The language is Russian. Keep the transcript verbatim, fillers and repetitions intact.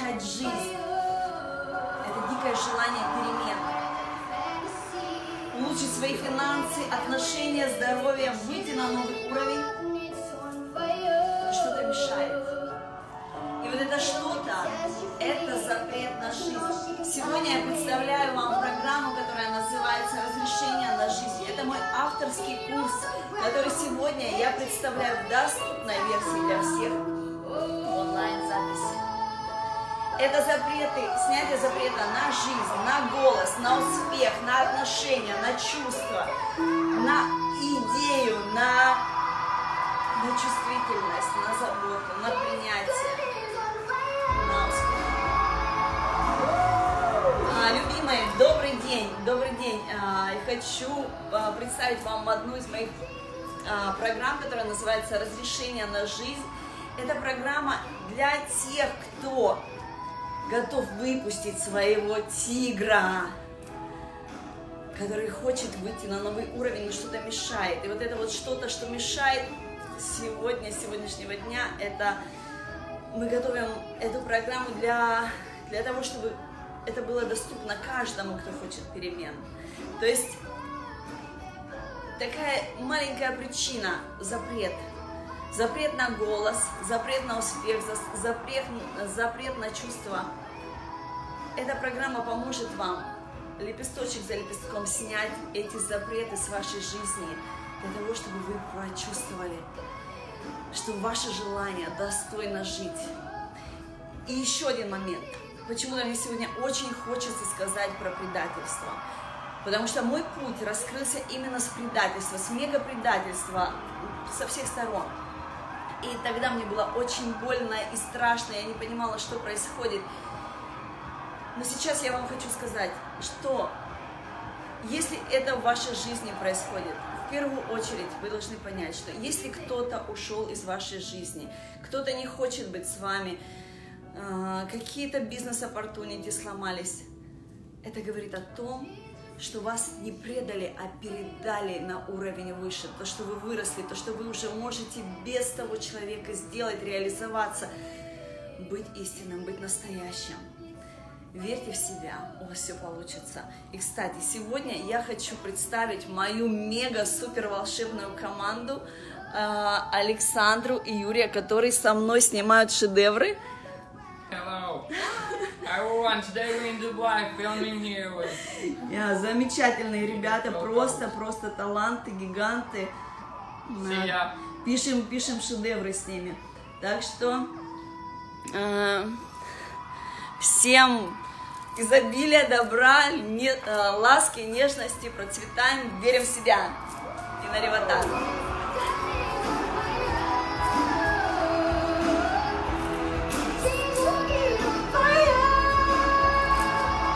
начать жизнь. Это дикое желание перемен. Улучшить свои финансы, отношения, здоровье, выйти на новый уровень. Что-то мешает. И вот это что-то, это запрет на жизнь. Сегодня я представляю вам программу, которая называется «Разрешение на жизнь». Это мой авторский курс, который сегодня я представляю в доступной версии для всех в онлайн-записи. Это запреты, снятие запрета на жизнь, на голос, на успех, на отношения, на чувства, на идею, на, на чувствительность, на заботу, на принятие, на успех. А, любимые, добрый день, добрый день. А, я хочу а, представить вам одну из моих а, программ, которая называется «Разрешение на жизнь». Это программа для тех, кто готов выпустить своего тигра, который хочет выйти на новый уровень, но что-то мешает. И вот это вот что-то, что мешает сегодня, сегодняшнего дня, это мы готовим эту программу для, для того, чтобы это было доступно каждому, кто хочет перемен. То есть такая маленькая причина – запрет. Запрет на голос, запрет на успех, запрет, запрет на чувства. Эта программа поможет вам лепесточек за лепестком снять эти запреты с вашей жизни, для того, чтобы вы прочувствовали, что ваше желание достойно жить. И еще один момент. Почему-то мне сегодня очень хочется сказать про предательство. Потому что мой путь раскрылся именно с предательства, с мегапредательства со всех сторон. И тогда мне было очень больно и страшно, я не понимала, что происходит. Но сейчас я вам хочу сказать, что если это в вашей жизни происходит, в первую очередь вы должны понять, что если кто-то ушел из вашей жизни, кто-то не хочет быть с вами, какие-то бизнес-оппортунити сломались, это говорит о том, что вас не предали, а передали на уровень выше. То, что вы выросли, то, что вы уже можете без того человека сделать, реализоваться, быть истинным, быть настоящим. Верьте в себя, у вас все получится. И, кстати, сегодня я хочу представить мою мега-супер волшебную команду Александру и Юрия, которые со мной снимают шедевры. Hello. Everyone, today we're in Dubai filming here with... Yeah, замечательные ребята, просто, просто таланты, гиганты. Yeah. Пишем, пишем шедевры с ними. Так что э, всем изобилия, добра, не, э, ласки, нежности, процветаем, верим в себя. И на ревотар.